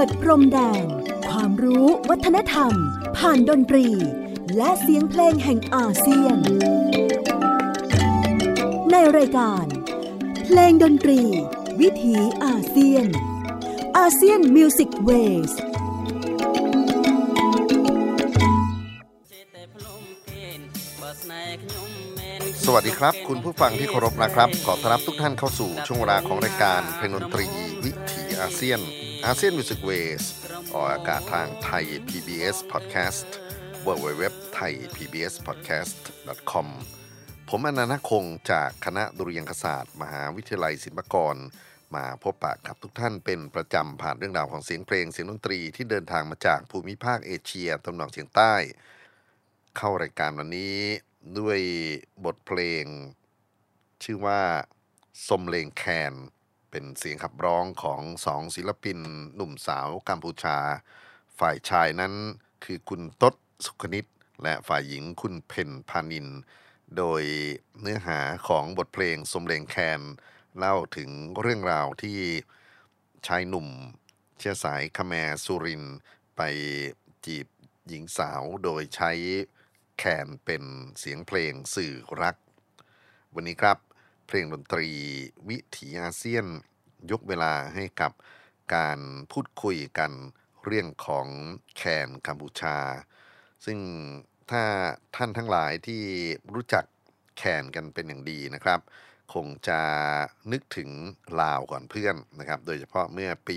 ดพรมแดนความรู้วัฒนธรรมผ่านดนตรีและเสียงเพลงแห่งอาเซียนในรายการเพลงดนตรีวิถีอาเซียนอาเซียนมิวสิกเวสสวัสดีครับคุณผู้ฟังที่เคารพนะครับขอต้อนรับทุกท่านเข้าสู่ช่วงเวลาของรายการเพลงดนตรีวิถีอาเซียนอาเซียนมิวสิกเวสออกอากาศทางไทย PBS Podcast www.thaipbspodcast.com ผมอนันต์คงจากคณะดุริยางคศาสตร์มหาวิทยาลัยศิลปากรมาพบปะกับทุกท่านเป็นประจำผ่านเรื่องราวของเสียงเพลงเสียงดนตรีที่เดินทางมาจากภูมิภาคเอเชียตะวันออกเฉียงใต้เข้ารายการวันนี้ด้วยบทเพลงชื่อว่าสมเลงแคนเป็นเสียงขับร้องของสองศิลปินหนุ่มสาวกัมพูชาฝ่ายชายนั้นคือคุณต๊ดสุขนิตและฝ่ายหญิงคุณเพ็ญพานินโดยเนื้อหาของบทเพลงสมเลงแคนเล่าถึงเรื่องราวที่ชายหนุ่มเชื้อสายคแมร์สุรินทร์ไปจีบหญิงสาวโดยใช้แคนเป็นเสียงเพลงสื่อรักวันนี้ครับเพลงดนตรีวิถีอาเซียนยกเวลาให้กับการพูดคุยกันเรื่องของแคนกัมพูชาซึ่งถ้าท่านทั้งหลายที่รู้จักแคนกันเป็นอย่างดีนะครับคงจะนึกถึงลาวก่อนเพื่อนนะครับโดยเฉพาะเมื่อปี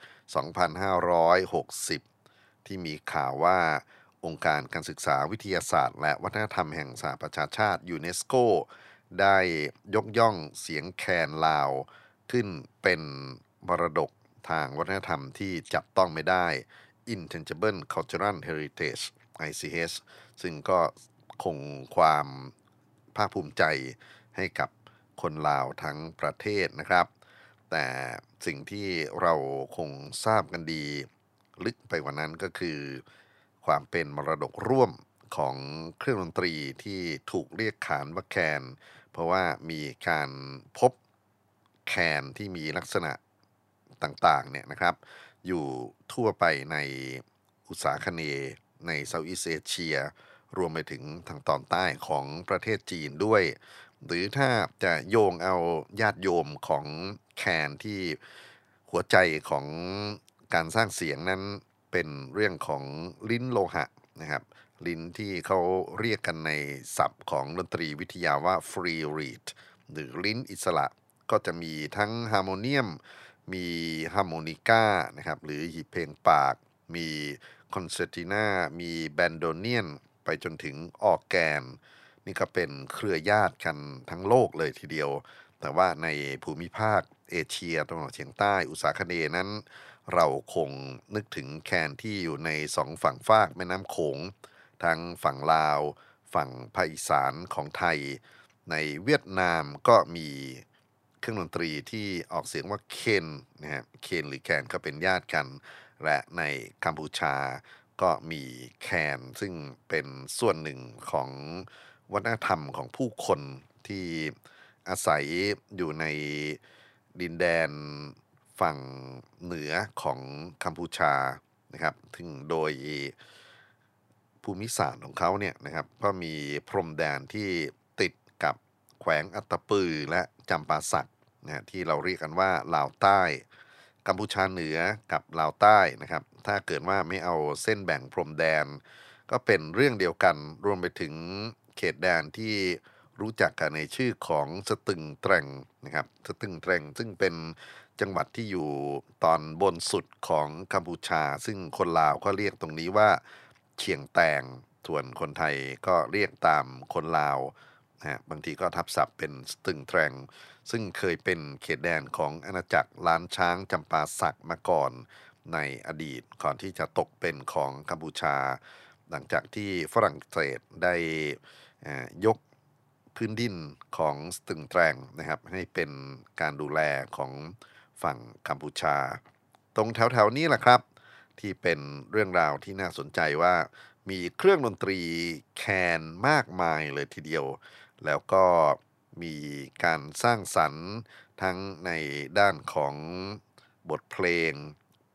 2560 ที่มีข่าวว่าองค์การการศึกษาวิทยาศาสตร์และวัฒนธรรมแห่งสหประชาชาติยูเนสโกได้ยกย่องเสียงแคนลาวขึ้นเป็นมรดกทางวัฒนธรรมที่จับต้องไม่ได้ Intangible Cultural Heritage ICH ซึ่งก็คงความภาคภูมิใจให้กับคนลาวทั้งประเทศนะครับแต่สิ่งที่เราคงทราบกันดีลึกไปกว่านั้นก็คือความเป็นมรดกร่วมของเครื่องดนตรีที่ถูกเรียกขานว่าแคนเพราะว่ามีการพบแคนที่มีลักษณะต่างๆเนี่ยนะครับอยู่ทั่วไปในอุตสาคเนย์ในเซาท์อีสต์เอเชียรวมไปถึงทางตอนใต้ของประเทศจีนด้วยหรือถ้าจะโยงเอาญาติโยมของแคนที่หัวใจของการสร้างเสียงนั้นเป็นเรื่องของลิ้นโลหะนะครับลิ้นที่เขาเรียกกันในศัพท์ของดนตรีวิทยาว่า free reed หรือลิ้นอิสระก็จะมีทั้งฮาร์โมเนียมมีฮาร์โมนิก้านะครับหรือหีบเพลงปากมีคอนเซอร์ตินามีแบนโดเนียนไปจนถึงออร์แกนนี่ก็เป็นเครือญาติกันทั้งโลกเลยทีเดียวแต่ว่าในภูมิภาคเอเชียตะวันออกเฉียงใต้อุตสาคเนย์นั้นเราคงนึกถึงแคนที่อยู่ในสองฝั่งฟากแม่น้ำโขงทั้งฝั่งลาวฝั่งภาคอีสานของไทยในเวียดนามก็มีเครื่องดนตรีที่ออกเสียงว่าเคนนะฮะเคนหรือแคนก็เป็นญาติกันและในกัมพูชาก็มีแคนซึ่งเป็นส่วนหนึ่งของวัฒนธรรมของผู้คนที่อาศัยอยู่ในดินแดนฝั่งเหนือของกัมพูชานะครับถึงโดยภูมิศาสตร์ของเขาเนี่ยนะครับก็มีพรมแดนที่ติดกับแขวงอัตตปือและจำปาสักนะที่เราเรียกกันว่าลาวใต้กัมพูชาเหนือกับลาวใต้นะครับถ้าเกิดว่าไม่เอาเส้นแบ่งพรมแดนก็เป็นเรื่องเดียวกันรวมไปถึงเขตแดนที่รู้จักกันในชื่อของสตึงแตรงนะครับสตึงแตรงซึ่งเป็นจังหวัดที่อยู่ตอนบนสุดของกัมพูชาซึ่งคนลาวก็เรียกตรงนี้ว่าเชียงแตงส่วนคนไทยก็เรียกตามคนลาวนะบางทีก็ทับศัพท์เป็นสตึงแตรงซึ่งเคยเป็นเขตแดนของอาณาจักรล้านช้างจำปาสักมาก่อนในอดีตก่อนที่จะตกเป็นของกัมพูชาหลังจากที่ฝรั่งเศสได้ยกพื้นดินของสตึงแตรงนะครับให้เป็นการดูแลของฝั่งกัมพูชาตรงแถวๆนี้แหละครับที่เป็นเรื่องราวที่น่าสนใจว่ามีเครื่องดนตรีแคนมากมายเลยทีเดียวแล้วก็มีการสร้างสรรค์ทั้งในด้านของบทเพลง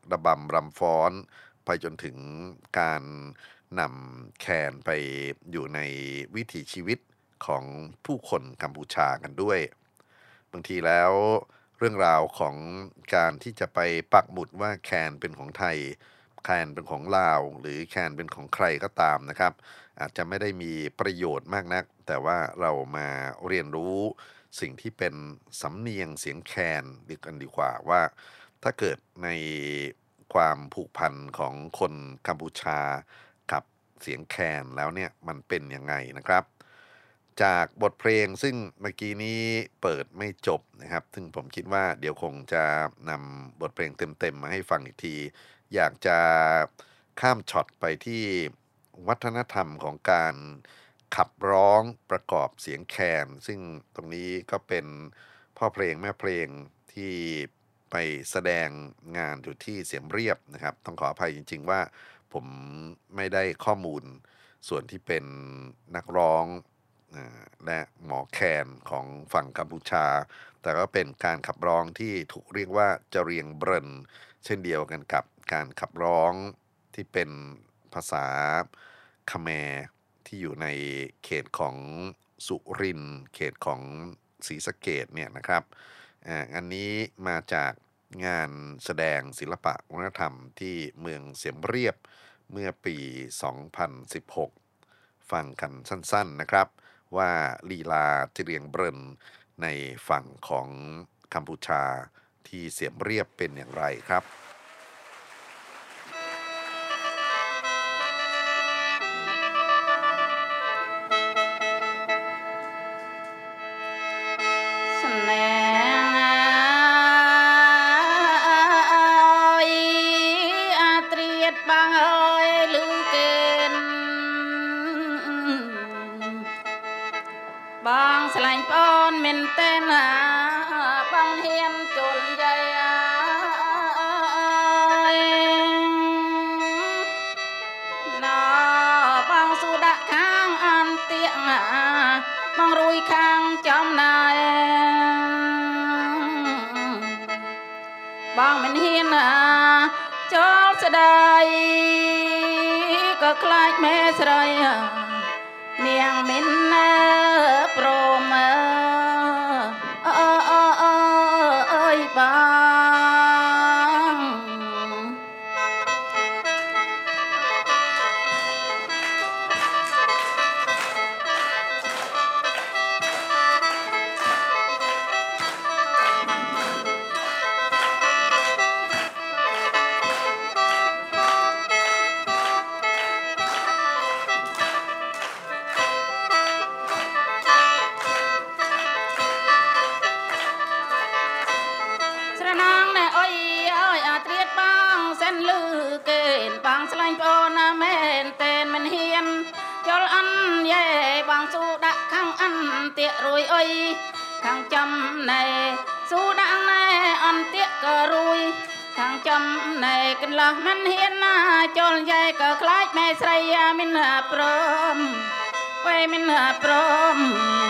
ระบำรำฟ้อนไปจนถึงการนำแคนไปอยู่ในวิถีชีวิตของผู้คนกัมพูชากันด้วยบางทีแล้วเรื่องราวของการที่จะไปปักหมุดว่าแคนเป็นของไทยแคนเป็นของลาวหรือแคนเป็นของใครก็ตามนะครับอาจจะไม่ได้มีประโยชน์มากนักแต่ว่าเรามาเรียนรู้สิ่งที่เป็นสำเนียงเสียงแคนดีกว่าว่าถ้าเกิดในความผูกพันของคนกัมพูชากับเสียงแคนแล้วเนี่ยมันเป็นยังไงนะครับจากบทเพลงซึ่งเมื่อกี้นี้เปิดไม่จบนะครับซึ่งผมคิดว่าเดี๋ยวคงจะนำบทเพลงเต็มๆมาให้ฟังอีกทีอยากจะข้ามช็อตไปที่วัฒนธรรมของการขับร้องประกอบเสียงแคนซึ่งตรงนี้ก็เป็นพ่อเพลงแม่เพลงที่ไปแสดงงานอยู่ที่เสียมเรียบนะครับต้องขออภัยจริงๆว่าผมไม่ได้ข้อมูลส่วนที่เป็นนักร้องและหมอแคนของฝั่งกัมพูชาแต่ก็เป็นการขับร้องที่ถูกเรียกว่าจะเรียงเบรนเช่นเดียวกันกับการขับร้องที่เป็นภาษาคแมร์ที่อยู่ในเขตของสุรินทร์เขตของศรีสะเกษเนี่ยนะครับอันนี้มาจากงานแสดงศิลปะวัฒนธรรมที่เมืองเสียมเรียบเมื่อปี 2016 ฟังกันสั้นๆนะครับว่าลีลาจะเรียงเบรนในฝั่งของกัมพูชาที่เสียมเรียบเป็นอย่างไรครับបងឆ្លាញ់បងមែនតើណាបងហ៊ានជុលយាយណ៎បងស៊ូដាក់ខាងអន្ទាក់បងរួយខាងចំណាយបងមិនហ៊ានចូលស្ដាយក៏ខ្លាចមេស្រីនាងមិនព្រមអើយបងទាក់រួយអុយខាងចំណែស៊ូដាក់ណែអន្ទាក់ក៏រួយខាងចំណែកន្លះមិនហ៊ានណាចូលយាយក៏ខ្លាចមេស្រីមិនព្រមវេមិនព្រម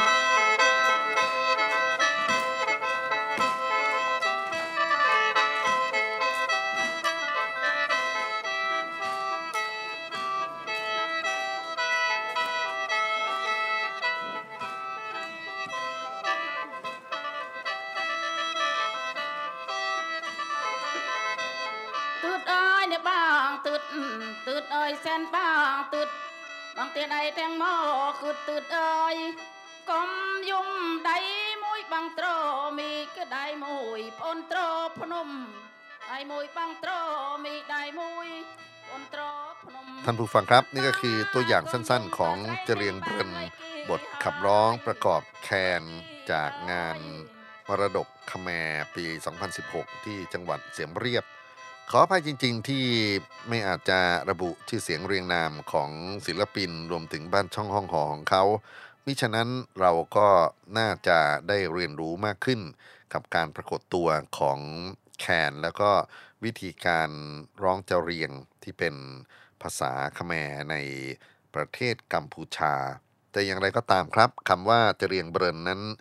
ទឺតអើយសែនបងទឺតបងទៀតអីទាំងមកគឺទឺតអើយកុំយំដៃមួយបងត្រមីគឺដៃមួយប្អូនត្រភ្នំដៃមួយបងត្រមីដៃមួយប្អូនត្រភ្នំท่านผู้ฟังครับนี่ก็คือตัวอย่างสั้นๆของจะเรียงเบรนบทขับร้องประกอบแคนจากงานมรดกคแมร์ปี 2016 ที่จังหวัดเสียมเรียบขออภัยจริงๆที่ไม่อาจจะระบุชื่อเสียงเรียงนามของศิลปินรวมถึงบ้านช่องห้องหอของเขามิฉะนั้นเราก็น่าจะได้เรียนรู้มากขึ้นกับการปรากฏตัวของแคนแล้วก็วิธีการร้องจะเรียงที่เป็นภาษาคแมร์ในประเทศกัมพูชาแต่อย่างไรก็ตามครับคำว่าจะเรียงเบรนนั้น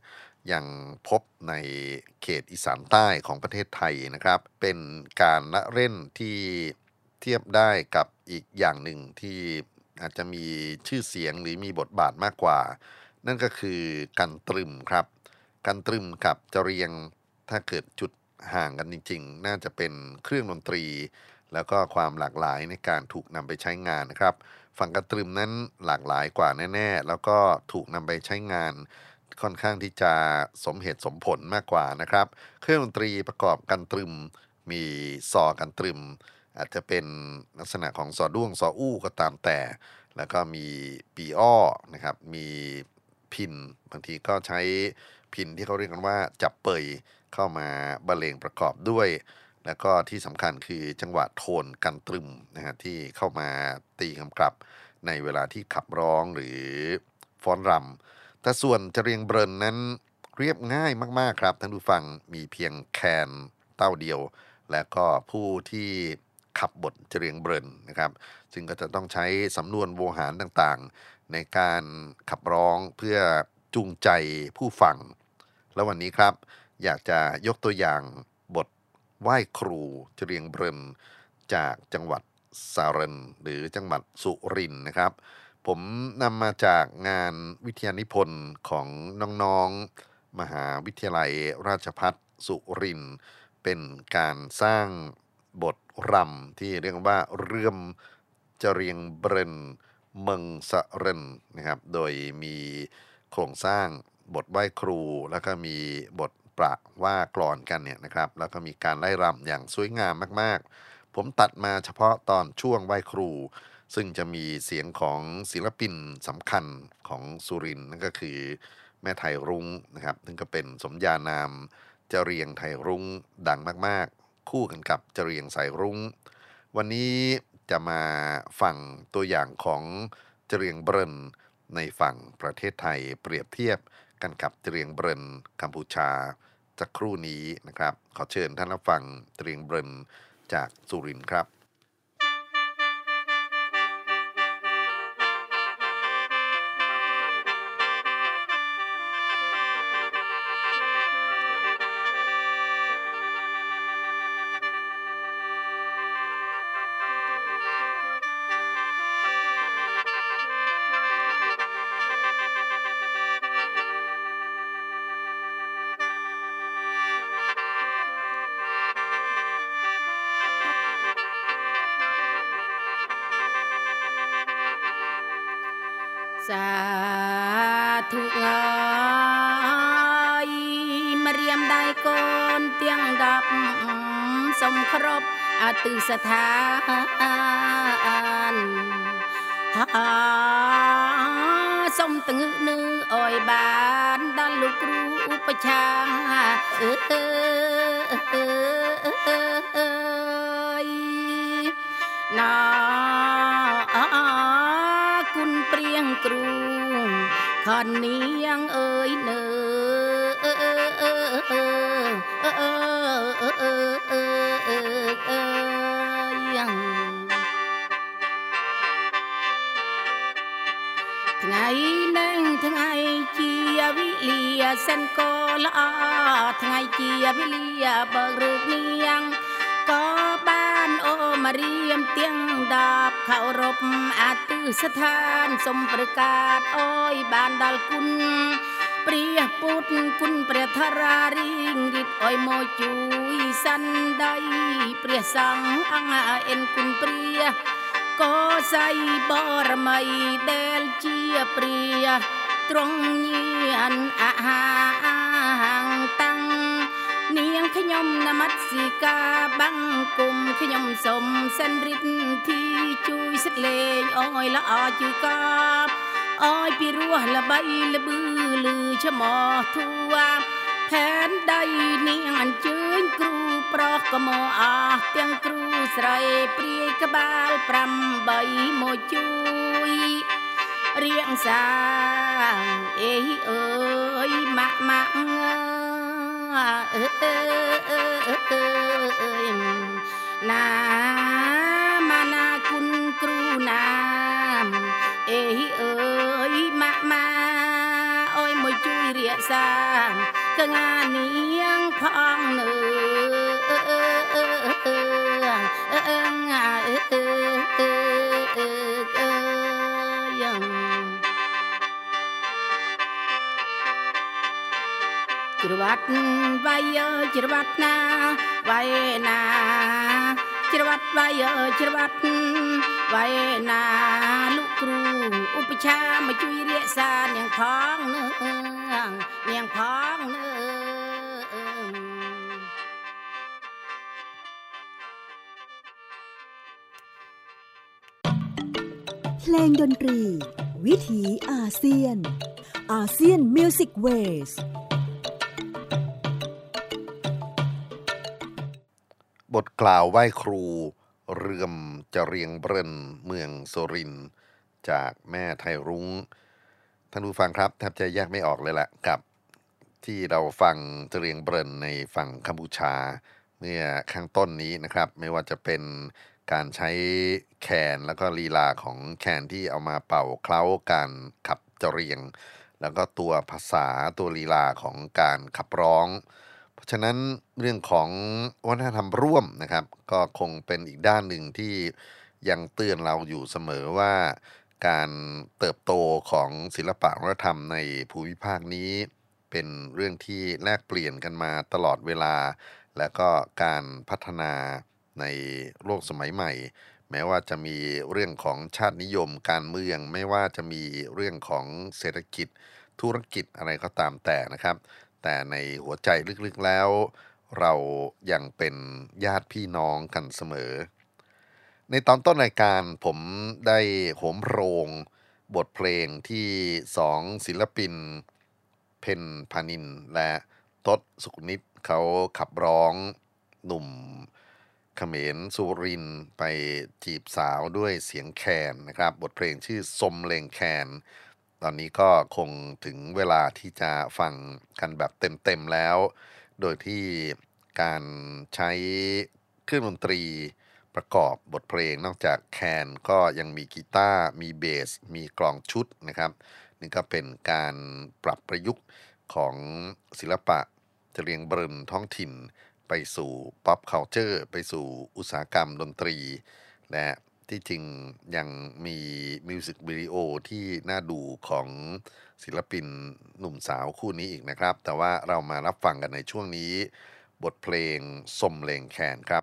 ยังพบในเขตอีสานใต้ของประเทศไทยนะครับเป็นการละเล่นที่เทียบได้กับอีกอย่างหนึ่งที่อาจจะมีชื่อเสียงหรือมีบทบาทมากกว่านั่นก็คือกันตรึมครับกันตรึมกับจเรียงถ้าเกิดจุดห่างกันจริงๆน่าจะเป็นเครื่องดนตรีแล้วก็ความหลากหลายในการถูกนำไปใช้งานนะครับฝั่งกันตรึมนั้นหลากหลายกว่าแน่ๆแล้วก็ถูกนำไปใช้งานค่อนข้างที่จะสมเหตุสมผลมากกว่านะครับเครื่องดนตรีประกอบกันตรึมมีซอกันตรึมอาจจะเป็นลักษณะของซอด้วงซออู้ก็ตามแต่แล้วก็มีปีอ้อนะครับมีพินบางทีก็ใช้พินที่เขาเรียกกันว่าจับเปยเข้ามาบรรเลงประกอบด้วยแล้วก็ที่สำคัญคือจังหวะโทนกันตรึมนะฮะที่เข้ามาตีกำกับในเวลาที่ขับร้องหรือฟ้อนรำแต่ส่วนจเรียงเบิร์นนั้นเรียบง่ายมากๆครับท่านผู้ฟังมีเพียงแคนเต้าเดียวและก็ผู้ที่ขับบทจเรียงเบิร์นนะครับซึ่งก็จะต้องใช้สำนวนโวหารต่างๆในการขับร้องเพื่อจูงใจผู้ฟังแล้ววันนี้ครับอยากจะยกตัวอย่างบทไหว้ครูจเรียงเบิร์นจากจังหวัดสารันหรือจังหวัดสุรินทร์นะครับผมนำมาจากงานวิทยานิพนธ์ของน้องๆมหาวิทยาลัยราชภัฏสุรินทร์เป็นการสร้างบทรำที่เรียกว่าเรื่มจเรียงเบิร์นเมืองสะเรนนะครับโดยมีโครงสร้างบทไหว้ครูแล้วก็มีบทประว่ากลอนกันเนี่ยนะครับแล้วก็มีการไล่รำอย่างสวยงามมากๆผมตัดมาเฉพาะตอนช่วงไหว้ครูซึ่งจะมีเสียงของศิลปินสำคัญของสุรินทร์นั่นก็คือแม่ไทยรุ้งนะครับซึ่งก็เป็นสมญานามจเรียงไทยรุ้งดังมากๆคู่กันกับจเรียงสายรุ้งวันนี้จะมาฟังตัวอย่างของจเรียงเบิร์นในฝั่งประเทศไทยเปรียบเทียบกันกับจเรียงเบิร์นกัมพูชาสักครู่นี้นะครับขอเชิญท่านรับฟังจเรียงเบิร์นจากสุรินทร์ครับสาธุเอยมาเรียมได้ก่อนเตียงดับสมครบอาตุสถานสมตึงนึอ้อยบานดันลูกครูอุปชานาคุณเปรียงกรุงขันนี้ยังเอ่ยเนยังไงนั่งทั้งไงเจียวิเลียเส้นโกละทั้งไงเจียวิเลียเบิกรึกเนียงก็บ้านโอมาเรียมเตียงดาบเคารพอาตุสถานสมประกาศอ้อยบ้านดัลกุลเปรียปุตคุณเปรียธราริงริดอ้อยโมจุยสันใดเปรียสังอังเอ็นคุณเปรียก็ใส่บรมัยเดลเจียเปรียตรงเยียนอาหางตังเนียงขยมนมัสสิกาบังกุมขยมสมเส้นริดที่จุยสักเลงอ้อยละอาจุกาอ้อยปีรัวละใบละบือลือชะมอทัวแผนใดเนียงอันจืนครูปรอกกะโมอาเตียงครูใส่เปรียกบาลปรำใบโมจุยเรียงสางเอ้ยเอ้ยมะมะนามานาคุณครูนามเอ้ยเอ้ยมะมาโอ้ยมวยจุยเรียสางកងានាងផងនៅច្រវាត់វាយច្រវាត់ណាវាយណាច្រវាត់វាយច្រវាត់វាយណាលោកគ្រូឧបច្ឆាមកជួយរក្សានាងផងនាងផងเพลงดนตรีวิถีอาเซียนอาเซียนมิวสิกเวสบทกล่าวไหว้ครูเรื่อมจะเรียงเบรนเมืองโซรินจากแม่ไทยรุ้งท่านผู้ฟังครับแทบจะแยกไม่ออกเลยแหละกับที่เราฟังจะเรียงเบรนในฝั่งกัมพูชาเมื่อข้างต้นนี้นะครับไม่ว่าจะเป็นการใช้แคนแล้วก็ลีลาของแคนที่เอามาเป่าเคล้าการขับจะเรียงแล้วก็ตัวภาษาตัวลีลาของการขับร้องเพราะฉะนั้นเรื่องของวัฒนธรรมร่วมนะครับก็คงเป็นอีกด้านหนึ่งที่ยังเตือนเราอยู่เสมอว่าการเติบโตของศิลปะวัฒนธรรมในภูมิภาคนี้เป็นเรื่องที่แลกเปลี่ยนกันมาตลอดเวลาและก็การพัฒนาในโลกสมัยใหม่แม้ว่าจะมีเรื่องของชาตินิยมการเมืองไม่ว่าจะมีเรื่องของเศรษฐกิจธุรกิจอะไรก็ตามแต่นะครับแต่ในหัวใจลึกๆแล้วเรายังเป็นญาติพี่น้องกันเสมอในตอนต้นรายการผมได้โหมโรงบทเพลงที่2ศิลปินเพ็ญพานินและทศสุขนิตเขาขับร้องหนุ่มเขมรสุรินทร์ไปจีบสาวด้วยเสียงแคนนะครับบทเพลงชื่อสมเลงแคนตอนนี้ก็คงถึงเวลาที่จะฟังกันแบบเต็มๆแล้วโดยที่การใช้เครื่องดนตรีประกอบบทเพลงนอกจากแคนก็ยังมีกีตาร์มีเบสมีกลองชุดนะครับนี่ก็เป็นการปรับประยุกต์ของศิลปะจะเรียงเบรนท้องถิ่นไปสู่ pop culture ไปสู่อุตสาหกรรมดนตรีและที่จริงยังมีมิวสิกวิดีโอที่น่าดูของศิลปินหนุ่มสาวคู่นี้อีกนะครับแต่ว่าเรามารับฟังกันในช่วงนี้บทเพลงสมเลงแคนครับ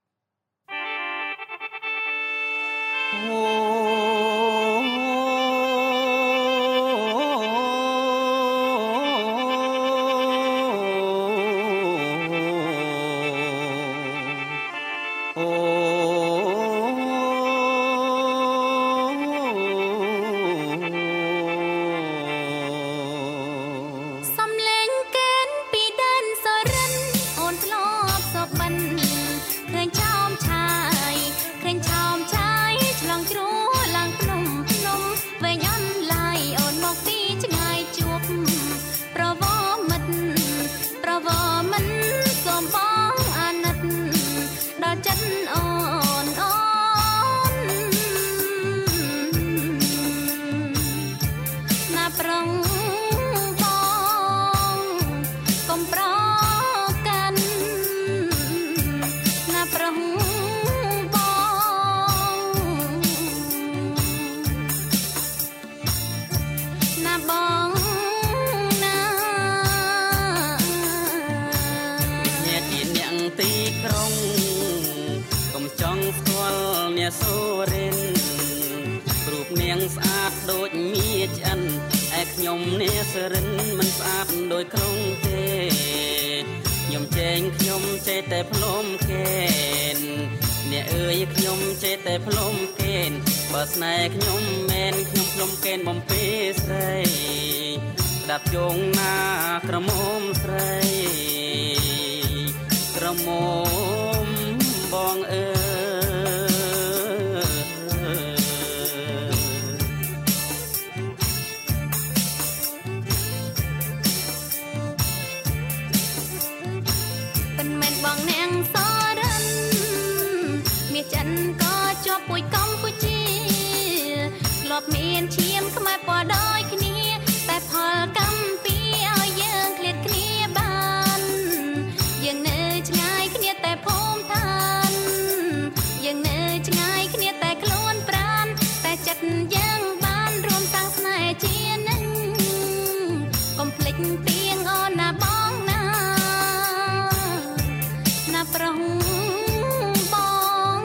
សូរិនរូបនាងស្អាតដូចមាឆ្អិនឯខ្ញុំនេះសរិនមិនស្អាតដូចក្រុងទេខ្ញុំចេញខ្ញុំចេះតែផ្លុំកេនអ្នកអើយខ្ញុំចេះតែផ្លុំកេនបើស្នេហ៍ខ្ញុំមែនខ្ញុំផ្លុំកេនបំពេស្រីស្ដាប់ជងណាក្រមុំស្រីក្រមុំបងអើមានឈាមខ្មែរពណ៌ដូចគ្នាតែផលកម្មពីឲ្យយើងឃ្លាតគ្នាបាองบอง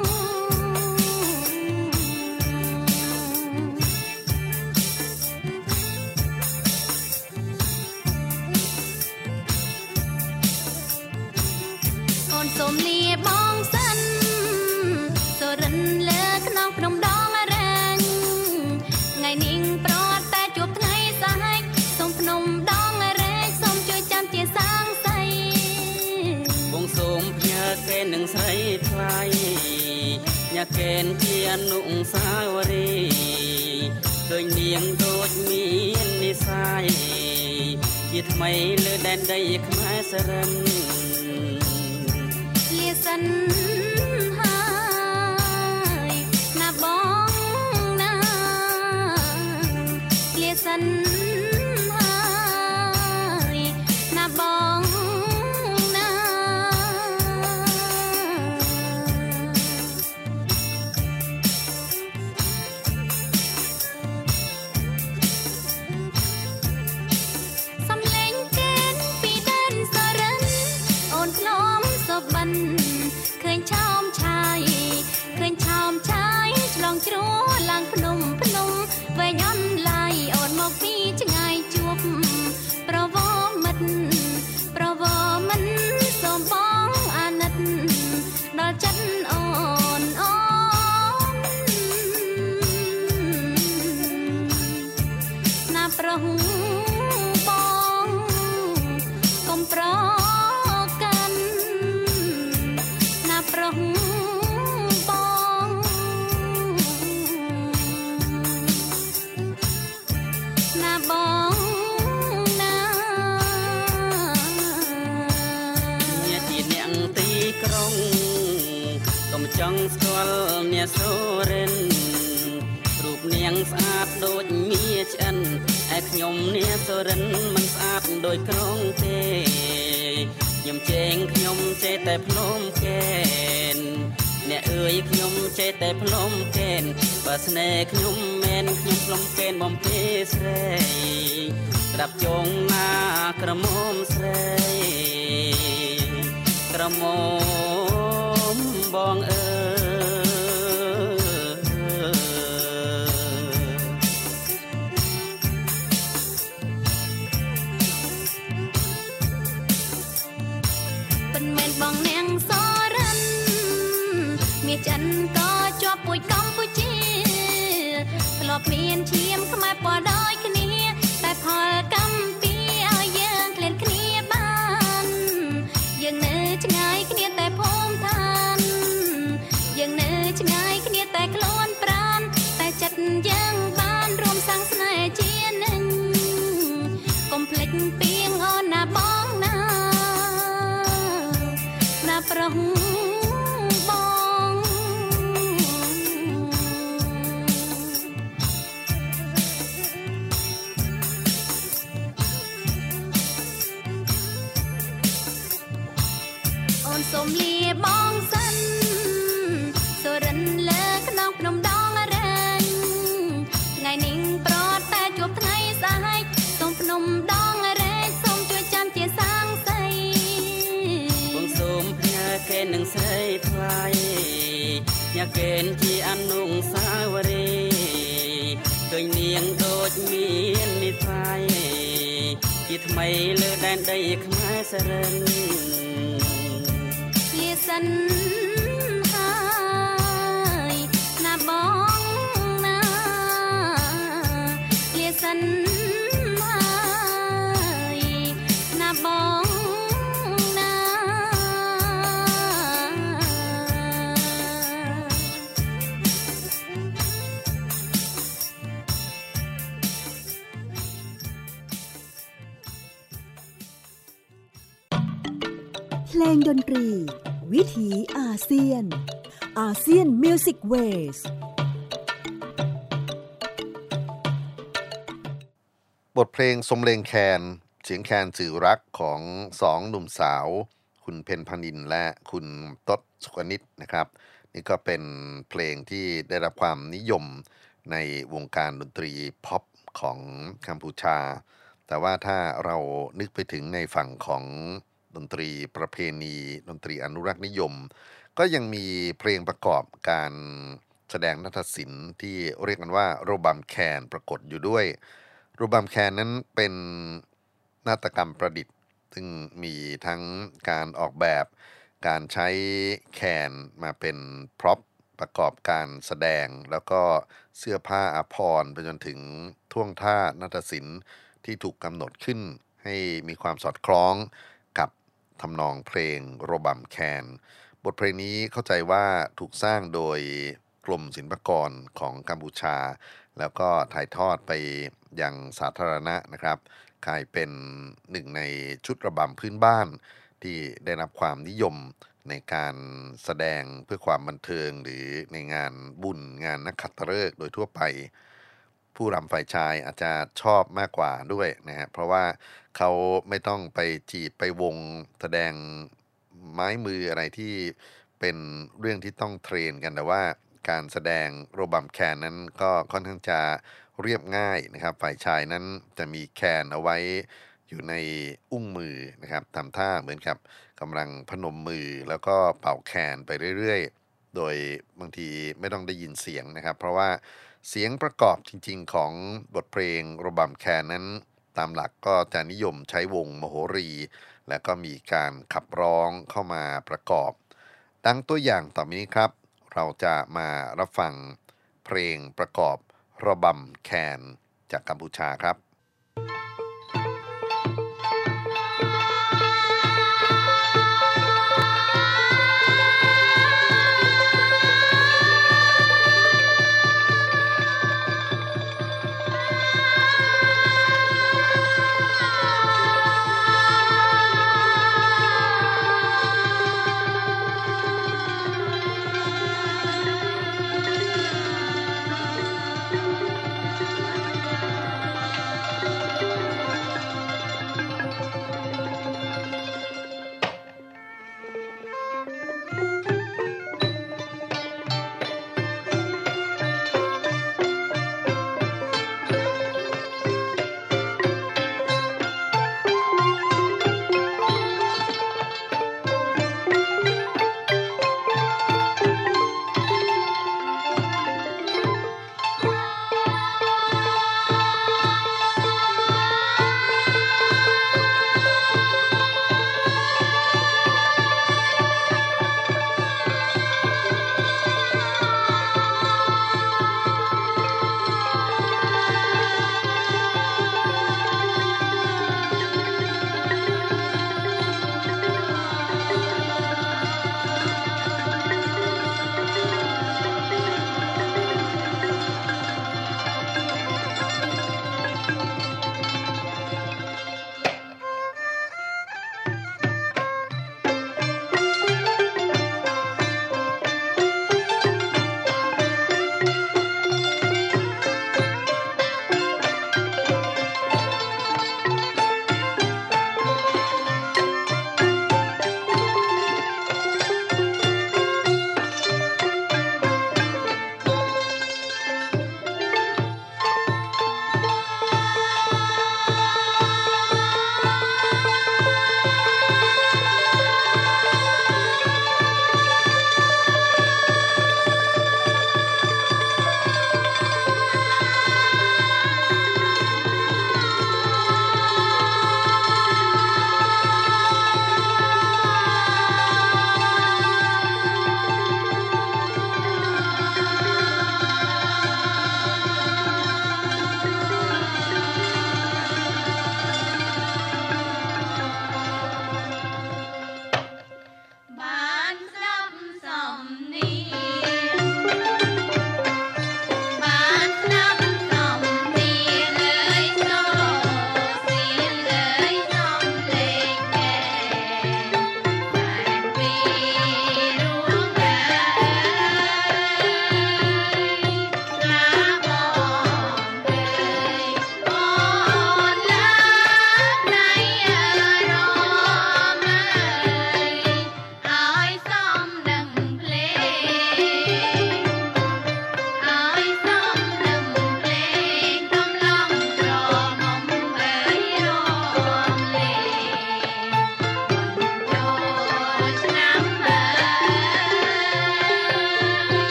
អូនសូមលាបងសិនសូរិនលើក្នុងភ្នំដងរែងថ្ងៃនេះប្រត់តែជួបថ្ងៃសាហាយសូមភ្នំដងរែងសូមជួយចាំជាសាងសីបងសូមផ្ញើកេននឹងស្រីថ្លៃញ៉ាកេនជាអនុស្សាវរីយ៍ដូចនាងដូចមាននិស័យជាថ្មីលើដែនដីខ្មែរសរិនលាសិនហើយណាបងណាលាសិនហើយណាបងណាសំលេងកេនពីដែនសរិនអូនធ្លំសបិនឃើញឆោមឆាយឃើញឆោមឆាយឆ្លងជ្រោះឡើងភ្នំវែងអន់ឡាយអូនមកពីឆ្ងាយជួបប្រវមិត្តសូមបងអាណិតដល់ចិត្តអូនណាប្រុសបងកុំប្រកាន់ណាប្រុសបងណាបងណាអ្នកជាអ្នកទីក្រុងកុំចង់ស្គាល់អ្នកសូរិនរូបនាងស្អាតដូចមាឆ្អិនឯខ្ញុំអ្នកសូរិនមិនស្អាតដូចក្រុងទេខ្ញុំជេងខ្ញុំចេះតែភ្នំកេនអ្នកអើយខ្ញុំចេះតែភ្នំកេនបើស្នេហ៍ខ្ញុំមែនខ្ញុំភ្នំកេនបំពេស្រីស្ដាប់ជងណាក្រមុំស្រីក្រមុំបងអើមិនមែនបងនាងសរិនមានចិនក៏ជាប់ពួយកម្ពុជាធ្លាប់មានឈាមខ្មែរពណ៌ដោយគ្នាតែផលកម្មពីឲ្យយើងក្លៀនគ្នាបានយើងនៅឆ្ងាយគ្នាតែភូមិឋានយើងនៅឆ្ងាយគ្នាតែខ្លួនប្រាណតែចិត្តយើងបានរួមសាងស្នេហ៍ជានឹងកុំភ្លេចពីងអូនណាបងណាប្រុសបងអូនសូមលាបងសិនសូរិនលើក្នុងភ្នំដងរែងថ្ងៃនេះប្រត់តែជួបថ្ងៃសាហាយសូមភ្នំដងរែងសូមជួយចាំជាសាងសីបងសូមផ្ញើកេននឹងស្រីថ្លៃញ៉ាកេនជាអនុស្សាវរីយ៍ឃើញនាងដូចមាននិស័យជាថ្មីលើដែនដីខ្មែរសរិនលាសិនហើយណាបងណាលាសិនហើយណាបងណាเพลงดนตรีวิถีอาเซียนอาเซียนมิวสิกเวสบทเพลงสมเลงแคนเสียงแคนสื่อรักของสองหนุ่มสาวคุณเพ็ญพนินและคุณต๊ดสุขนิตนะครับนี่ก็เป็นเพลงที่ได้รับความนิยมในวงการดนตรีพ็อปของกัมพูชาแต่ว่าถ้าเรานึกไปถึงในฝั่งของดดนตรีประเพณีดนตรีอนุรักษ์นิยมก็ยังมีเพลงประกอบการแสดงนาฏศิลป์ที่เรียกกันว่าโรบัมแคนปรากฏอยู่ด้วยโรบัมแคนนั้นเป็นนาฏกรรมประดิษฐ์ซึ่งมีทั้งการออกแบบการใช้แคนมาเป็นพร็อพประกอบการแสดงแล้วก็เสื้อผ้าอาภรณ์ไปจนถึงท่วงท่านาฏศิลป์ที่ถูกกำหนดขึ้นให้มีความสอดคล้องกับทำนองเพลงโรบัมแคนบทเพลงนี้เข้าใจว่าถูกสร้างโดยกรมศิลปากรของกัมพูชาแล้วก็ถ่ายทอดไปยังสาธารณะนะครับกลายเป็นหนึ่งในชุดระบำพื้นบ้านที่ได้รับความนิยมในการแสดงเพื่อความบันเทิงหรือในงานบุญงานนักขัตฤกษ์โดยทั่วไปผู้รำฝ่ายชายอาจจะชอบมากกว่าด้วยนะฮะเพราะว่าเขาไม่ต้องไปจีบไปวงแสดงไม้มืออะไรที่เป็นเรื่องที่ต้องเทรนกันแต่ว่าการแสดงโรบัมแคนนั้นก็ค่อนข้างจะเรียบง่ายนะครับฝ่ายชายนั้นจะมีแคนเอาไว้อยู่ในอุ้งมือนะครับทำท่าเหมือนกับกำลังพนมมือแล้วก็เป่าแคนไปเรื่อยๆโดยบางทีไม่ต้องได้ยินเสียงนะครับเพราะว่าเสียงประกอบจริงๆของบทเพลงโรบัมแคนนั้นตามหลักก็จะนิยมใช้วงมโหรีและก็มีการขับร้องเข้ามาประกอบดังตัวอย่างต่อไปนี้ครับเราจะมารับฟังเพลงประกอบโรบัมแคนจากกัมพูชาครับ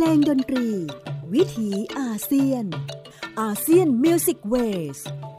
ลงดนตรีวิถีอาเซียนอาเซียนมิวสิกเวส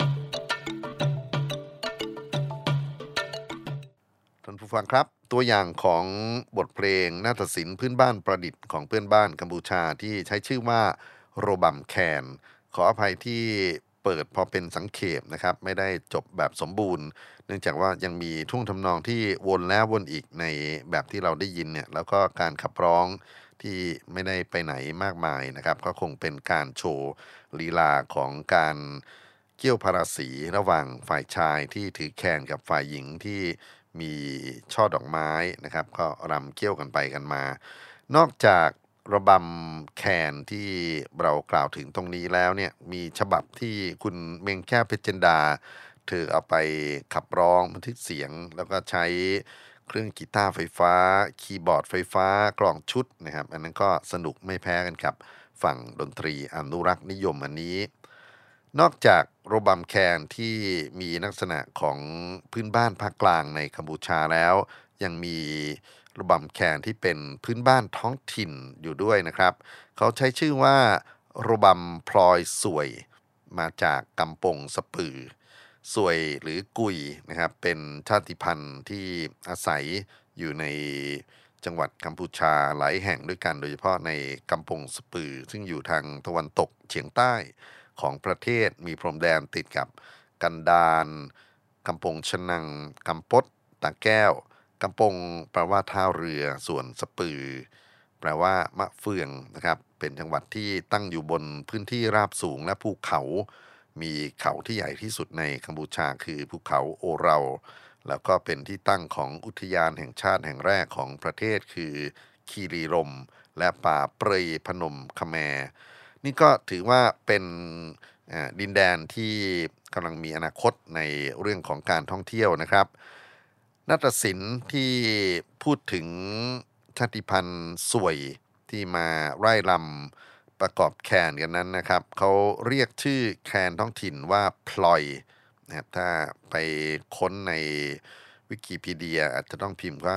ท่านผู้ฟังครับตัวอย่างของบทเพลงนาฏศิลป์พื้นบ้านประดิษฐ์ของเพื่อนบ้านกัมพูชาที่ใช้ชื่อว่าโรบัมแคนขออภัยที่เปิดพอเป็นสังเขปนะครับไม่ได้จบแบบสมบูรณ์เนื่องจากว่ายังมีท่วงทำนองที่วนแล้ววนอีกในแบบที่เราได้ยินเนี่ยแล้วก็การขับร้องที่ไม่ได้ไปไหนมากมายนะครับก็คงเป็นการโชว์ลีลาของการเกี่ยวพาราสีระหว่างฝ่ายชายที่ถือแคนกับฝ่ายหญิงที่มีช่อดอกไม้นะครับก็รำเกี่ยวกันไปกันมานอกจากระบำแคนที่เรากล่าวถึงตรงนี้แล้วเนี่ยมีฉบับที่คุณเมงแก้วเพชรจินดาเธอเอาไปขับร้องบันทึกเสียงแล้วก็ใช้เครื่องกีตาร์ไฟฟ้าคีย์บอร์ดไฟฟ้ากลองชุดนะครับอันนั้นก็สนุกไม่แพ้กันกับฝั่งดนตรีอนุรักษ์นิยมอันนี้นอกจากโรบัมแคนที่มีลักษณะของพื้นบ้านภาคกลางในกัมพูชาแล้วยังมีโรบัมแคนที่เป็นพื้นบ้านท้องถิ่นอยู่ด้วยนะครับเขาใช้ชื่อว่าโรบัมพลอยสวยมาจากกำปงสปือสวยหรือกุยนะครับเป็นชาติพันธุ์ที่อาศัยอยู่ในจังหวัดกัมพูชาหลายแห่งด้วยกันโดยเฉพาะในกำปงสปือซึ่งอยู่ทางตะวันตกเฉียงใต้ของประเทศมีพรมแดนติดกับกันดารกำปงชะนังกำปดตาแก้วกำปงแปลว่าท่าเรือส่วนสปือแปลว่ามะเฟืองนะครับเป็นจังหวัดที่ตั้งอยู่บนพื้นที่ราบสูงและภูเขามีเขาที่ใหญ่ที่สุดในกัมพูชาคือภูเขาโอเราแล้วก็เป็นที่ตั้งของอุทยานแห่งชาติแห่งแรกของประเทศคือคีรีรมและป่าเปรยพนมคแมนี่ก็ถือว่าเป็นดินแดนที่กำลังมีอนาคตในเรื่องของการท่องเที่ยวนะครับนาฏศิลป์ที่พูดถึงชาติพันธุ์สวยที่มาไร่รำประกอบแคนกันนั้นนะครับเขาเรียกชื่อแคนท้องถิ่นว่าพลอยนะครับถ้าไปค้นในวิกิพีเดียอาจจะต้องพิมพ์ว่า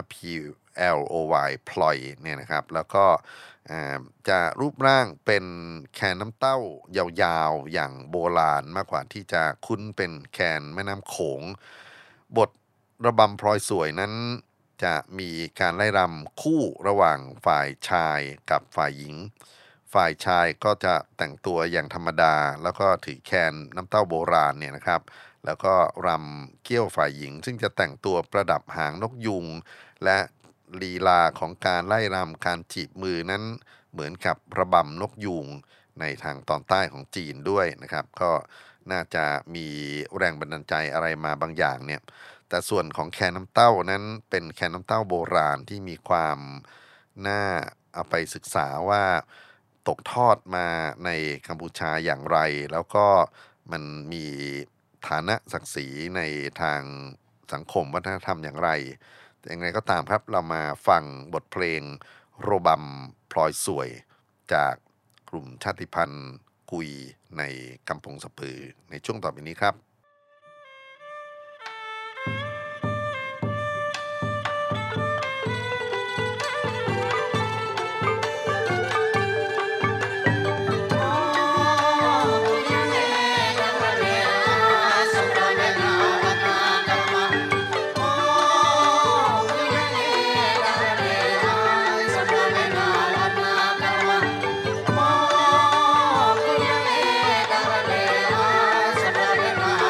PLOY พลอยเนี่ยนะครับแล้วก็จะรูปร่างเป็นแคนน้ำเต้ายาวๆอย่างโบราณมากกว่าที่จะคุ้นเป็นแคนแม่น้ำโขงบทระบำพลอยสวยนั้นจะมีการไล่รำคู่ระหว่างฝ่ายชายกับฝ่ายหญิงฝ่ายชายก็จะแต่งตัวอย่างธรรมดาแล้วก็ถือแคนน้ำเต้าโบราณเนี่ยนะครับแล้วก็รำเกี้ยวฝ่ายหญิงซึ่งจะแต่งตัวประดับหางนกยุงและลีลาของการไล่รำการจีบมือนั้นเหมือนกับระบำนกยูงในทางตอนใต้ของจีนด้วยนะครับก็น่าจะมีแรงบันดาลใจอะไรมาบางอย่างเนี่ยแต่ส่วนของแคนน้ำเต้านั้นเป็นแคนน้ำเต้าโบราณที่มีความน่าเอาไปศึกษาว่าตกทอดมาในกัมพูชาอย่างไรแล้วก็มันมีฐานะศักดิ์ศรีในทางสังคมวัฒนธรรมอย่างไรแต่อย่างไรก็ตามครับเรามาฟังบทเพลงโรบัมพลอยสวยจากกลุ่มชาติพันธุ์กุยในกำปงสปือในช่วงต่อไปนี้ครับ Hãy subscribe cho kênh Ghiền Mì Gõ để không bỏ lỡ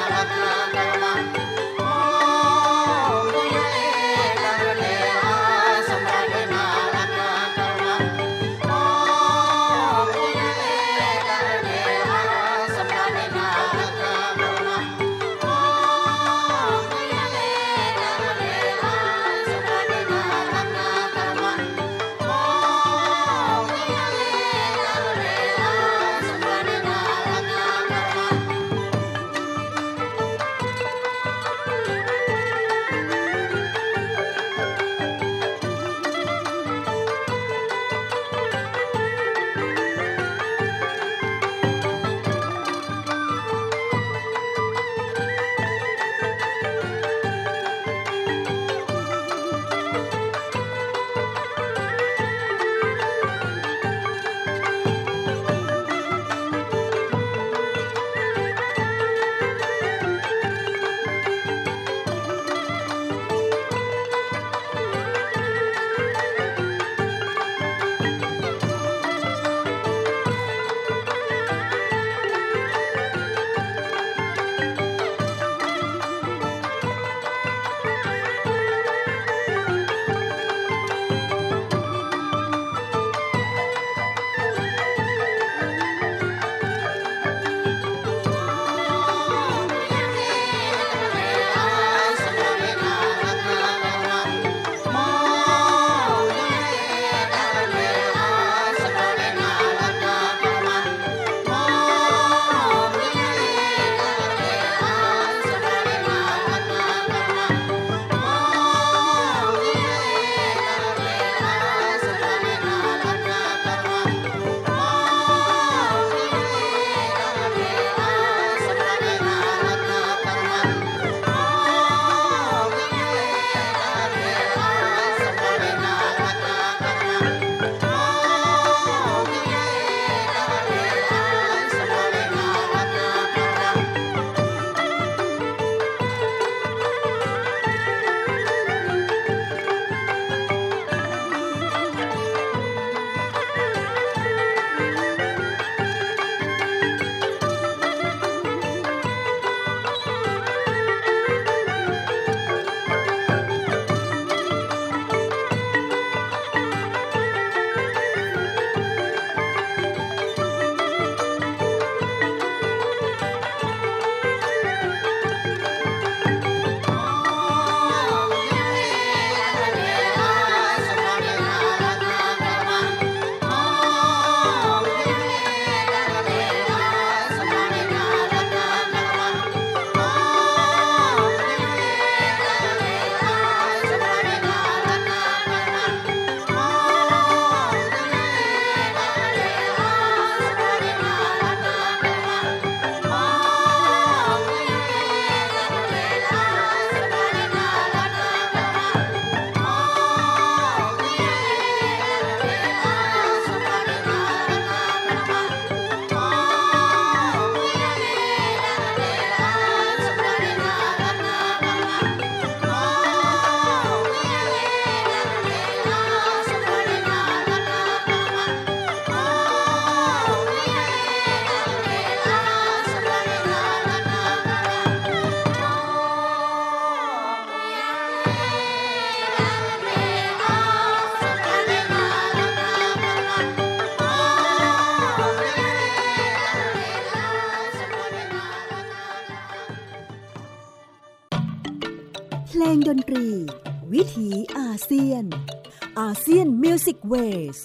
เพลงดนตรีวิถีอาเซียนอาเซียนมิวสิกเวส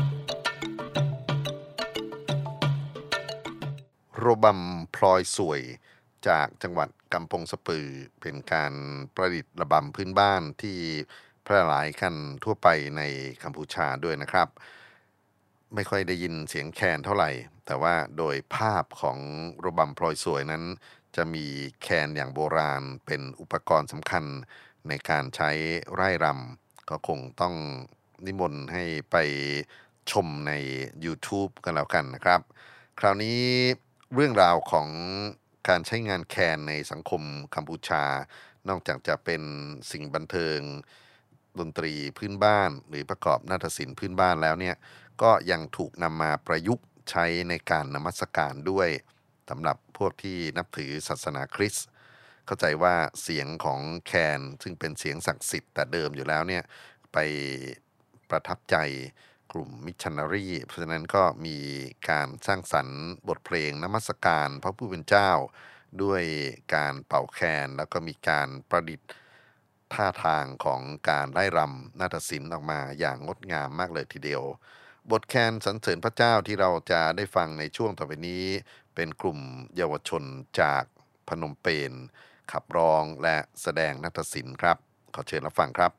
โรบำพลอยสวยจากจังหวัดกำปงสะปือเป็นการประดิษฐ์ระบำพื้นบ้านที่แพร่หลายกันทั่วไปในกัมพูชาด้วยนะครับไม่ค่อยได้ยินเสียงแคนเท่าไหร่แต่ว่าโดยภาพของโรบำพลอยสวยนั้นจะมีแคนอย่างโบราณเป็นอุปกรณ์สำคัญในการใช้ไร่รำก็คงต้องนิมนต์ให้ไปชมใน YouTube กันแล้วกันนะครับคราวนี้เรื่องราวของการใช้งานแคนในสังคมกัมพูชานอกจากจะเป็นสิ่งบันเทิงดนตรีพื้นบ้านหรือประกอบนาฏศิลป์พื้นบ้านแล้วเนี่ยก็ยังถูกนำมาประยุกต์ใช้ในการนมัสการด้วยสำหรับพวกที่นับถือศาสนาคริสต์เข้าใจว่าเสียงของแคนซึ่งเป็นเสียงศักดิ์สิทธิ์แต่เดิมอยู่แล้วเนี่ยไปประทับใจกลุ่มมิชชันนารีเพราะฉะนั้นก็มีการสร้างสรรค์บทเพลงนมัสการพระผู้เป็นเจ้าด้วยการเป่าแคนแล้วก็มีการประดิษฐ์ท่าทางของการไล่รำนาฏศิลป์ออกมาอย่างงดงามมากเลยทีเดียวบทแคนสรรเสริญพระเจ้าที่เราจะได้ฟังในช่วงต่อไปนี้เป็นกลุ่มเยาวชนจากพนมเปญขับร้องและแสดงนาฏศิลป์ครับขอเชิญรับฟังครับ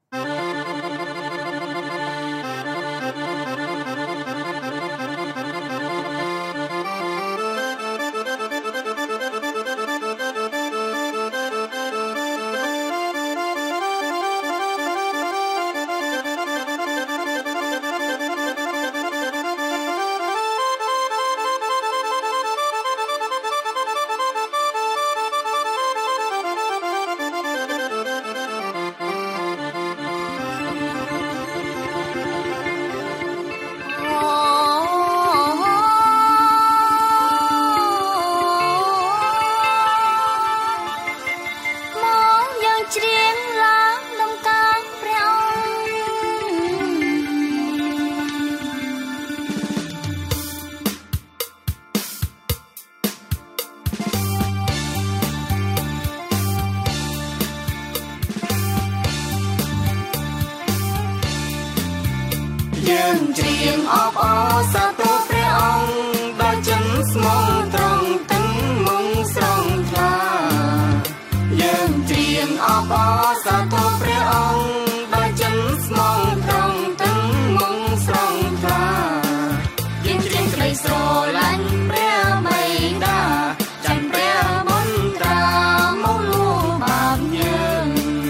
យើងច្រៀងអបអរសាទរព្រះអង្គដោយចិនស្មងត្រង់ទាំងមុងស្រងថ្លាយើងច្រៀងអបអរសាទរព្រះអង្គដោយចិនស្មងត្រង់ទាំងមុងស្រងថ្លាយើងច្រៀងក្តីស្រឡាញ់ព្រះបិតាចាន់ព្រះបុត្រាមកលួងបាបយើង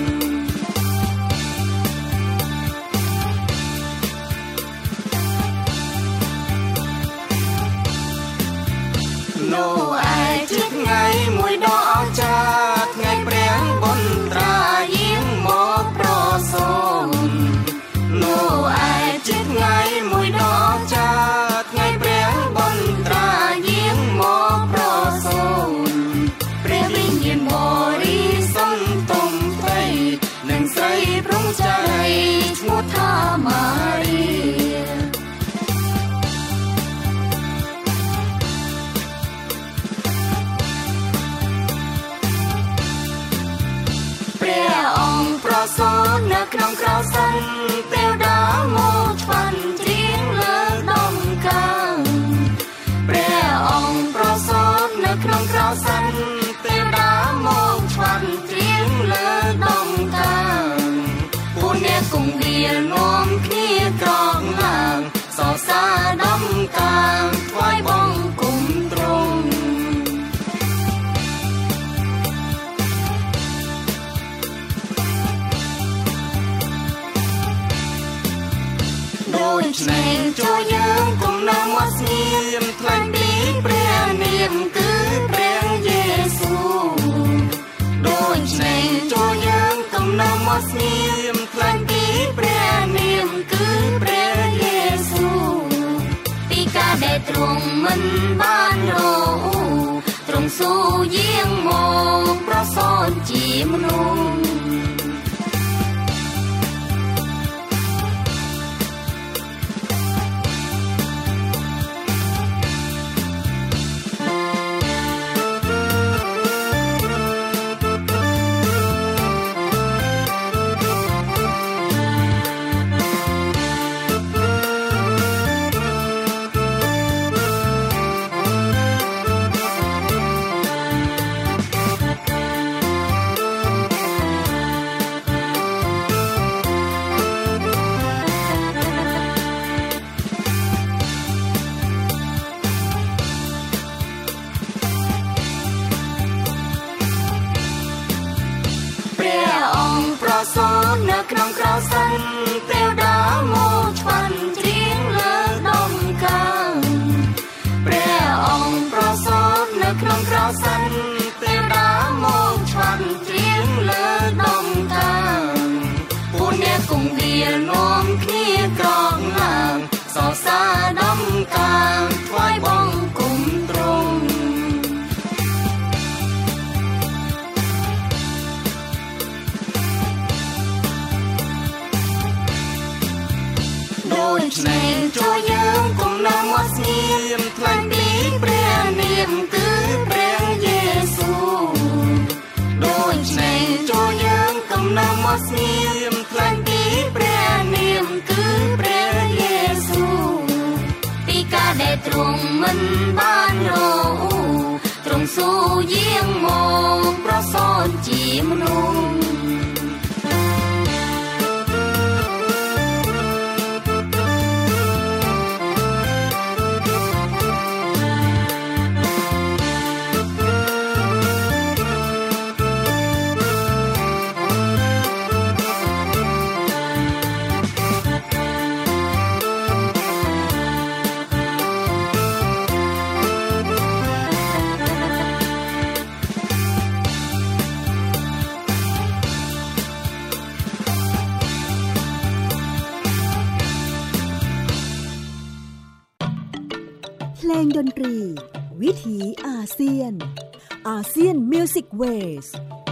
នោះឯជាថ្ងៃមួយដ៏អស្ចារ្យថ្ងៃព្រះបុត្រាយាងមកប្រសូតនោះឯជាថ្ងៃមួយដ៏អស្ចារ្យថ្ងៃព្រះបុត្រាយាងមកប្រសូតព្រះវិញ្ញាណបរិសុទ្ធទំផ្ទៃនឹងស្រីព្រំច័យឈ្មោះថាម៉ារីព្រះអង្គប្រសូតនៅក្នុងក្រោលសិនទេវតាមកឆ្វាន់ច្រៀងលើដំកើងព្រះអង្គប្រសូតនៅក្នុងក្រោលសិនទេវតាមកឆ្វាន់ច្រៀងលើដំកើងពួកអ្នកគង់វាលនាំគ្នាក្រោកឡើងសរសើរដំកើងថ្វាយបង្គំទ្រង់ដូច្នេះចូលយើងគុំនាំមកស្ងៀមថ្លែងពីព្រះនាមគឺព្រះយេស៊ូដូច្នេះចូលយើងគុំនាំមកស្ងៀមថ្លែងពីព្រះនាមគឺព្រះយេស៊ូពីការដែលទ្រង់មិនបានរកទ្រង់ស៊ូយាងមកប្រសូតជាមនុស្សច្នេះចូលយើងគុំនៅមកស្ងៀមថ្លែងពីព្រះនាមគឺព្រះយេស៊ូវដូច្នេះចូលយើងគុំនៅមកស្ងៀមថ្លែងពីព្រះនាមគឺព្រះយេស៊ូវពីការដែលទ្រង់មិនបានរកទ្រង់ស៊ូយាងមកប្រសូតជាមនុស្សเพลงดนตรีวิถีอาเซียนอาเซียนมิวสิกเวส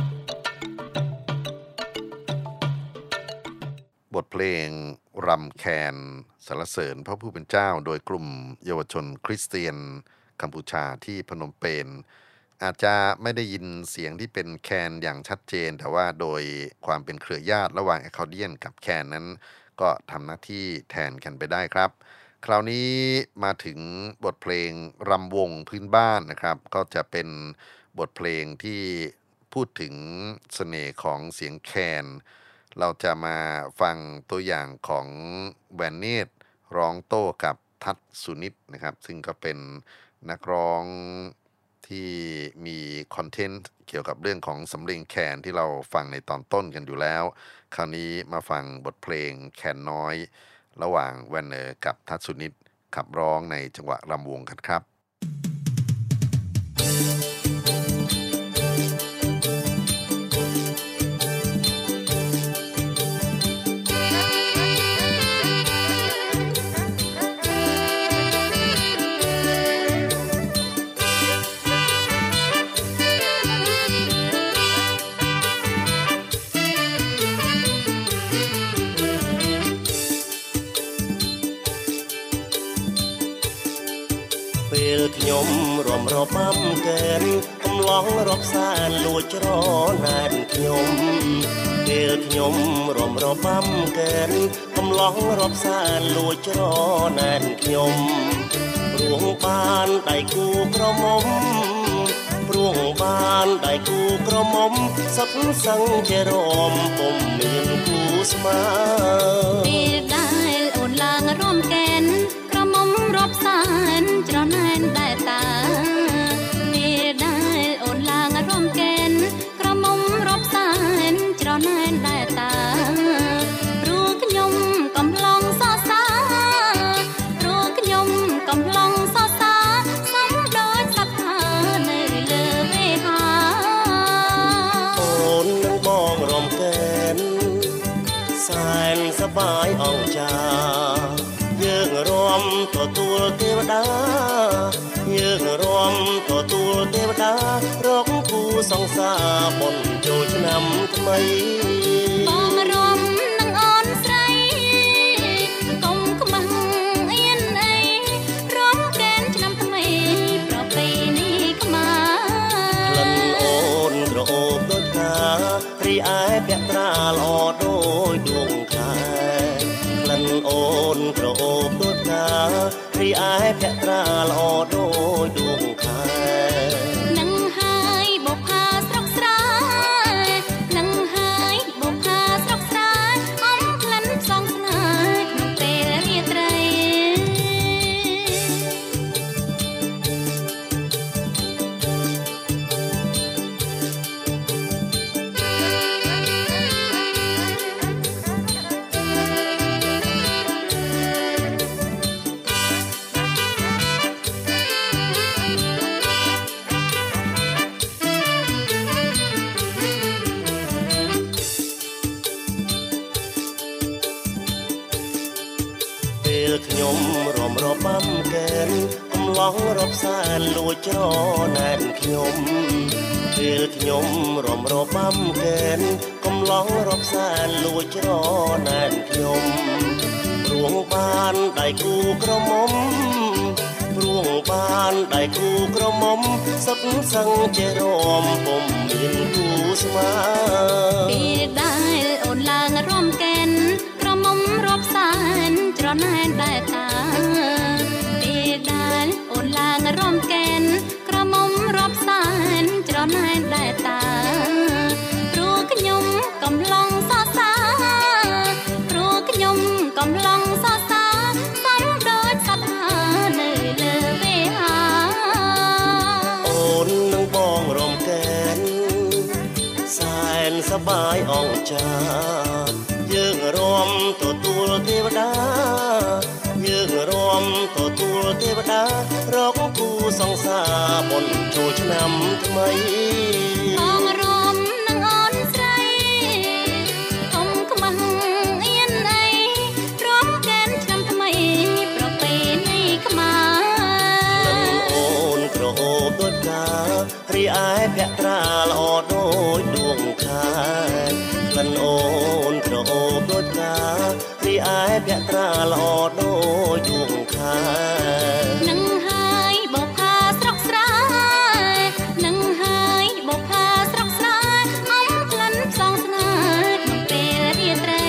บทเพลงรำแคนสรรเสริญพระผู้เป็นเจ้าโดยกลุ่มเยาวชนคริสเตียนกัมพูชาที่พนมเปญอาจจะไม่ได้ยินเสียงที่เป็นแคนอย่างชัดเจนแต่ว่าโดยความเป็นเครือญาติระหว่างแอคคอร์เดียนกับแคนนั้นก็ทำหน้าที่แทนกันไปได้ครับคราวนี้มาถึงบทเพลงรำวงพื้นบ้านนะครับก็จะเป็นบทเพลงที่พูดถึงเสน่ห์ของเสียงแคนเราจะมาฟังตัวอย่างของแวนเนตร้องโต้กับทัศสุนิตนะครับซึ่งก็เป็นนักร้องที่มีคอนเทนต์เกี่ยวกับเรื่องของสำเนียงแคนที่เราฟังในตอนต้นกันอยู่แล้วคราวนี้มาฟังบทเพลงแคนน้อยระหว่างแวนเนอร์กับทัศสุนิตขับร้องในจังหวะรำวงกันครับខ្ញុំរំរបាំកែនកំឡងរកសានលួចច្រណានខ្ញុំពេលខ្ញុំរំរបាំកែនកំឡងរកសានលួចច្រណានខ្ញុំព្រួងបានដៃគូក្រមុំព្រួងបានដៃគូក្រមុំសុខសឹងជារមពុំមានគូស្មើពេលដែលអូនឡើងរំកែនក្រមុំរកសានច្រណានដែលតាពេលដែលអូនឡើងរំកែនក្រមុំរកសានច្រណានដែលតាព្រោះខ្ញុំកំឡុងសរសើរព្រោះខ្ញុំកំឡុងសរសើរសំដូចសត្វថានៅលើវេហាអូននឹងបងរំកែនសែនសប្បាយអង្ចាយើងរំទទួលទេវតាយើងរំទទួលទេវតារកគូសង្សារបុណ្យចូលឆ្នាំថ្មីបងរំនឹងអូនស្រីកុំខ្មាំងអៀនអីរំកែនឆ្នាំថ្មីប្រពៃណីខ្មែរក្លិនអូនក្រអូបដូចការីឯពាក់ត្រាល្អដូចដួងខែក្លិនអូនក្រអូបដូចការីឯពាក់ត្រាល្អដូចដួងខែនឹងហើយបុប្ផាស្រុកស្រែនឹងហើយបុប្ផាស្រុកស្រែអំក្លិនផ្សងស្នេហ៍ក្នុងពេលរាត្រីខ្ញុំរំរបាំកែនកំឡងរកសានលួចច្រណានខ្ញុំពេលខ្ញុំរំរបាំកែនកំឡងរកសានលួចច្រណានខ្ញុំព្រួวงบานได้คู่กระหม่อมพรวงบานได้คู่กระหม่อมสักสังเจรอมผมยินคู่สมาปีได้โอนลางร่วมแกนกระหม่อมรบสานจรนายได้ตาปีได้โอนลางร่วมแกนกระหม่อมรบสานจรนายได้ตารู้ขยมกำลังซอซารู้ขยมกำลังซอซาซ้ำโดยศรัทธาเนยเลเวหาโอนนังบ้องร่มแกนแสนสบายอ่องจายืงรวมตัวตัวเทวดายืงรวมตัวตัวเทวดารอกคู่สองสาบนโจชนำทำไมมองรวมนังอ่อนใสผมขมังเอียนไอร้องแกนจำทำไมประเพณีขมาลันโอนกระโอบด้วยการีอายแพะตราลอดโดยดวงคายลันโอนกระโอบด้วยการีอายแพะตราลอดโดยดวงคายนังหายบอกพาสรกสรายนังหายบอกพาสรกสรายอ้อมพลันสองสนามันเป็นเรียดไร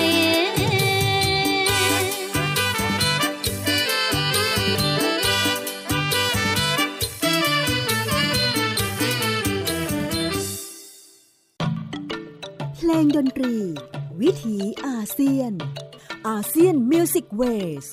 เพลงดนตรีวิถีอาเซียนอาเซียนมิวสิกเวส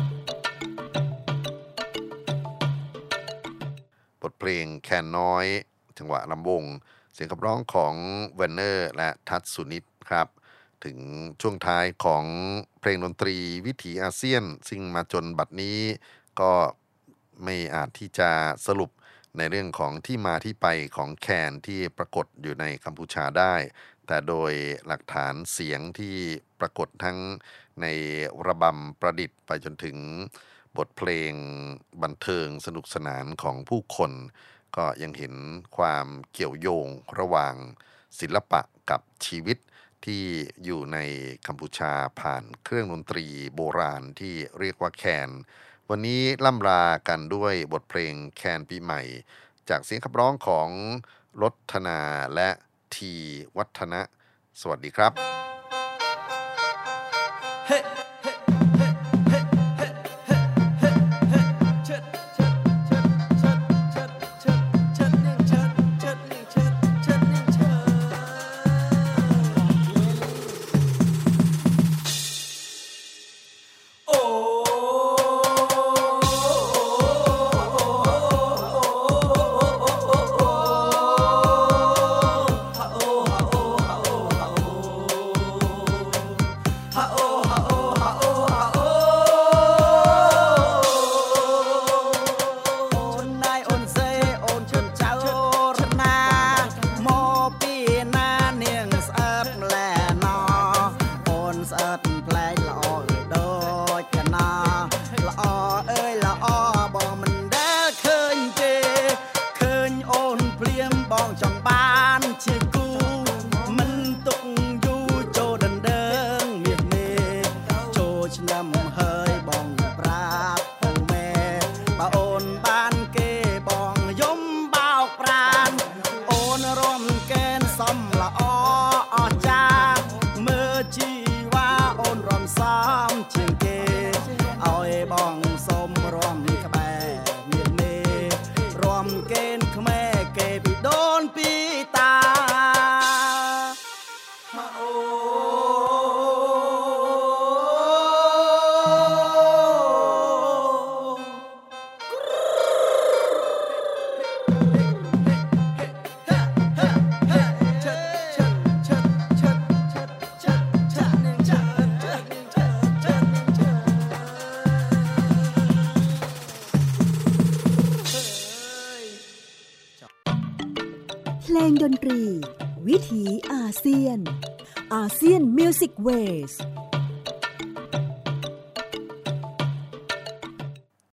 บทเพลงแคนน้อยจังหวะลำวงเสียงขับร้องของเวนเนอร์และทัศสุนิตครับถึงช่วงท้ายของเพลงดนตรีวิถีอาเซียนซึ่งมาจนบัดนี้ก็ไม่อาจที่จะสรุปในเรื่องของที่มาที่ไปของแคนที่ปรากฏอยู่ในกัมพูชาได้แต่โดยหลักฐานเสียงที่ปรากฏทั้งในระบำประดิษฐ์ไปจนถึงบทเพลงบันเทิงสนุกสนานของผู้คนก็ยังเห็นความเกี่ยวโยงระหว่างศิลปะกับชีวิตที่อยู่ในกัมพูชาผ่านเครื่องดนตรีโบราณที่เรียกว่าแคนวันนี้ล่ำลากันด้วยบทเพลงแคนปีใหม่จากเสียงขับร้องของรถนาและทีวัฒนะสวัสดีครับ hey. เพลงดนตรีวิถีอาเซียนอาเซียนมิวสิกเวส